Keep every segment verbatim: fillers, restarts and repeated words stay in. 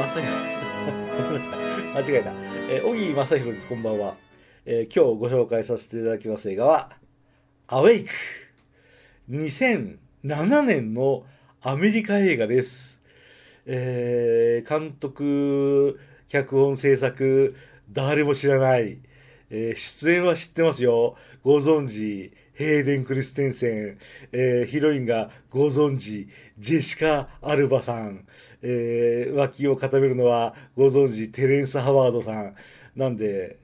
正宏間違えた。えー、小木正宏です。こんばんは。えー、今日ご紹介させていただきます映画は、アウェイク。にせんななねんのアメリカ映画です。えー、監督、脚本制作、誰も知らない。えー、出演は知ってますよ。ご存知、ヘイデン・クリステンセン。えー、ヒロインがご存知、ジェシカ・アルバさん。えー、脇を固めるのはご存知、テレンス・ハワードさん。なんで、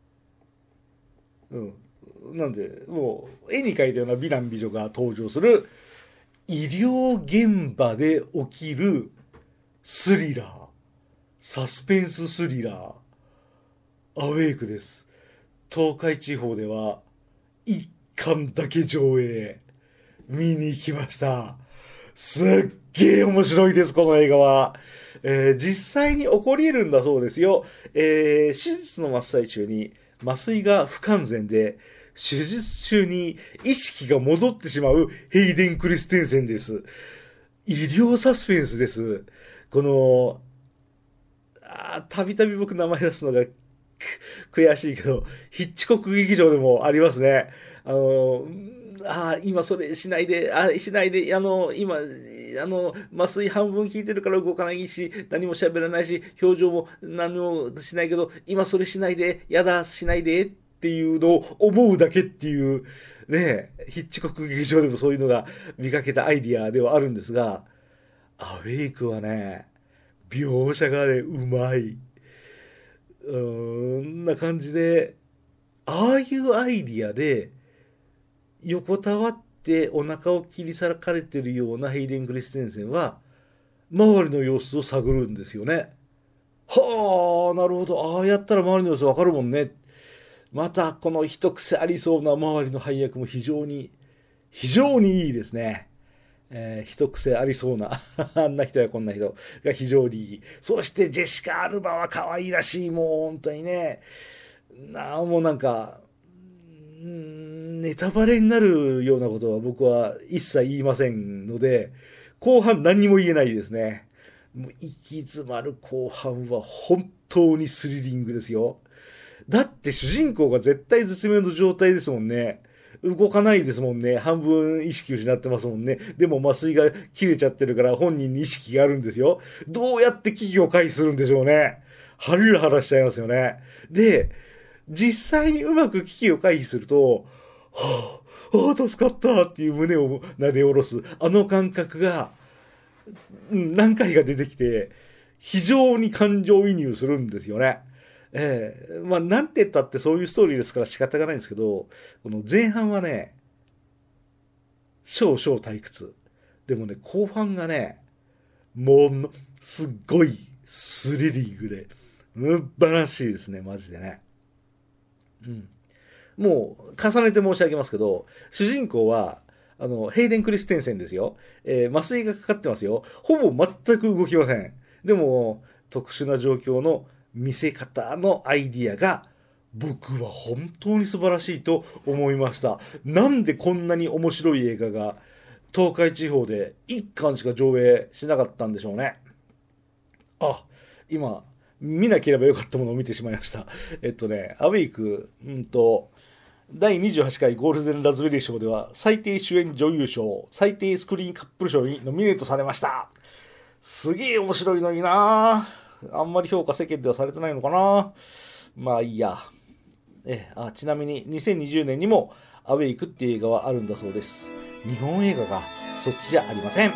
うん。なんで、もう、絵に描いたような美男美女が登場する、医療現場で起きるスリラー。サスペンススリラー。アウェイクです。東海地方ではいっかんだけ上映。見に行きました。すっげえ面白いです、この映画は。えー実際に起こり得るんだそうですよ。えー手術の真っ最中に麻酔が不完全で、手術中に意識が戻ってしまうヘイデン・クリステンセンです。医療サスペンスです。この、あーたびたび僕名前出すのがく悔しいけど、ヒッチコック劇場でもありますね。あの、ああ、今それしないで、あしないで、あの、今、あの、麻酔半分効いてるから動かないし、何も喋らないし、表情も何もしないけど、今それしないで、やだ、しないでっていうのを思うだけっていう、ね、ヒッチコック劇場でもそういうのが見かけたアイディアではあるんですが、アウェイクはね、描写がね、うまい。うーんな感じで、ああいうアイディアで、横たわってお腹を切り裂かれてるようなヘイデン・クリステンセンは、周りの様子を探るんですよね。はあ、なるほど。ああやったら周りの様子わかるもんね。また、この一癖ありそうな周りの配役も非常に、非常にいいですね。えー一癖ありそうなあんな人やこんな人が非常にいい。そしてジェシカ・アルバは可愛らしい。もう本当にね。なあ、もうなんか、うーんネタバレになるようなことは僕は一切言いませんので、後半何にも言えないですね。もう行き詰まる後半は本当にスリリングですよ。だって主人公が絶対絶命の状態ですもんね。動かないですもんね。半分意識失ってますもんね。でも麻酔が切れちゃってるから本人に意識があるんですよ。どうやって危機を回避するんでしょうね。ハラハラしちゃいますよね。で、実際にうまく危機を回避すると、はあ、ああ、助かったっていう胸を撫で下ろす、あの感覚が、うん何回か出てきて、非常に感情移入するんですよね。ええまあ、なんて言ったってそういうストーリーですから仕方がないんですけど、この前半はね、少々退屈。でもね、後半がね、もの、すっごいスリリングで、素晴らしいですね、マジでね。うん。もう、重ねて申し上げますけど、主人公は、あの、ヘイデン・クリステンセンですよ。えー麻酔がかかってますよ。ほぼ全く動きません。でも、特殊な状況の見せ方のアイディアが、僕は本当に素晴らしいと思いました。なんでこんなに面白い映画が、東海地方でいっかんしか上映しなかったんでしょうね。あ、今、見なければよかったものを見てしまいました。えっとね、アウェイク、うんと、だいにじゅうはちかいゴールデンラズベリー賞では最低主演女優賞、最低スクリーンカップル賞にノミネートされました。すげえ面白いのになあんまり評価世間ではされてないのかな。まあいいや。え、あ、ちなみににせんにじゅうねんにもアウェイクっていう映画はあるんだそうです。日本映画がそっちじゃありません。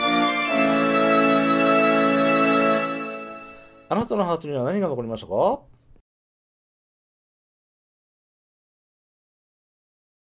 あなたのハートには何が残りましたか？